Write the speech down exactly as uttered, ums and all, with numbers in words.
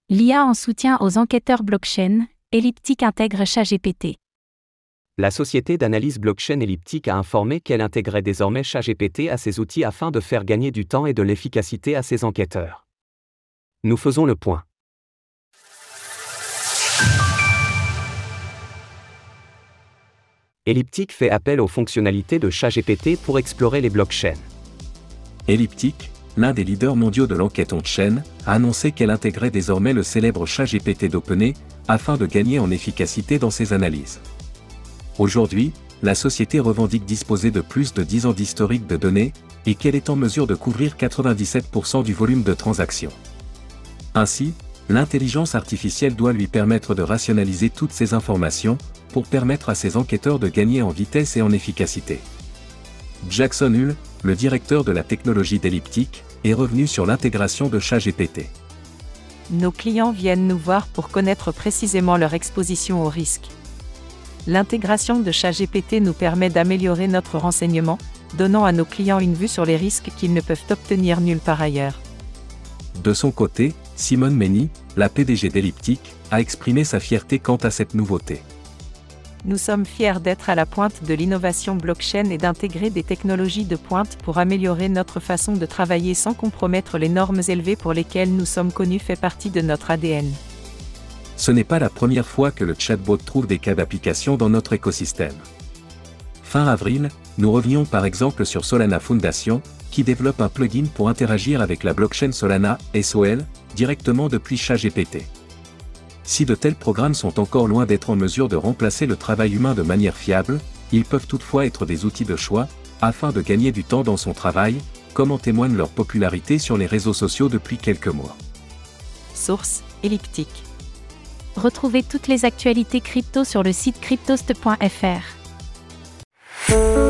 L'I A en soutien aux enquêteurs blockchain, Elliptic intègre ChatGPT. La société d'analyse blockchain Elliptic a informé qu'elle intégrait désormais ChatGPT à ses outils afin de faire gagner du temps et de l'efficacité à ses enquêteurs. Nous faisons le point. Elliptic fait appel aux fonctionnalités de ChatGPT pour explorer les blockchains. Elliptic, l'un des leaders mondiaux de l'enquête on-chain, a annoncé qu'elle intégrait désormais le célèbre ChatGPT d'OpenAI, afin de gagner en efficacité dans ses analyses. Aujourd'hui, la société revendique disposer de plus de dix ans d'historique de données, et qu'elle est en mesure de couvrir quatre-vingt-dix-sept pour cent du volume de transactions. Ainsi, l'intelligence artificielle doit lui permettre de rationaliser toutes ces informations, pour permettre à ses enquêteurs de gagner en vitesse et en efficacité. Jackson Hull, le directeur de la technologie d'Elliptic, est revenu sur l'intégration de ChatGPT. Nos clients viennent nous voir pour connaître précisément leur exposition au risque. L'intégration de ChatGPT nous permet d'améliorer notre renseignement, donnant à nos clients une vue sur les risques qu'ils ne peuvent obtenir nulle part ailleurs. De son côté, Simone Menny, la P D G d'Elliptic, a exprimé sa fierté quant à cette nouveauté. Nous sommes fiers d'être à la pointe de l'innovation blockchain et d'intégrer des technologies de pointe pour améliorer notre façon de travailler sans compromettre les normes élevées pour lesquelles nous sommes connus fait partie de notre A D N. Ce n'est pas la première fois que le chatbot trouve des cas d'application dans notre écosystème. Fin avril, nous revenions par exemple sur Solana Foundation, qui développe un plugin pour interagir avec la blockchain Solana, S O L, directement depuis ChatGPT. Si de tels programmes sont encore loin d'être en mesure de remplacer le travail humain de manière fiable, ils peuvent toutefois être des outils de choix, afin de gagner du temps dans son travail, comme en témoigne leur popularité sur les réseaux sociaux depuis quelques mois. Source, Elliptic. Retrouvez toutes les actualités crypto sur le site cryptost point f r.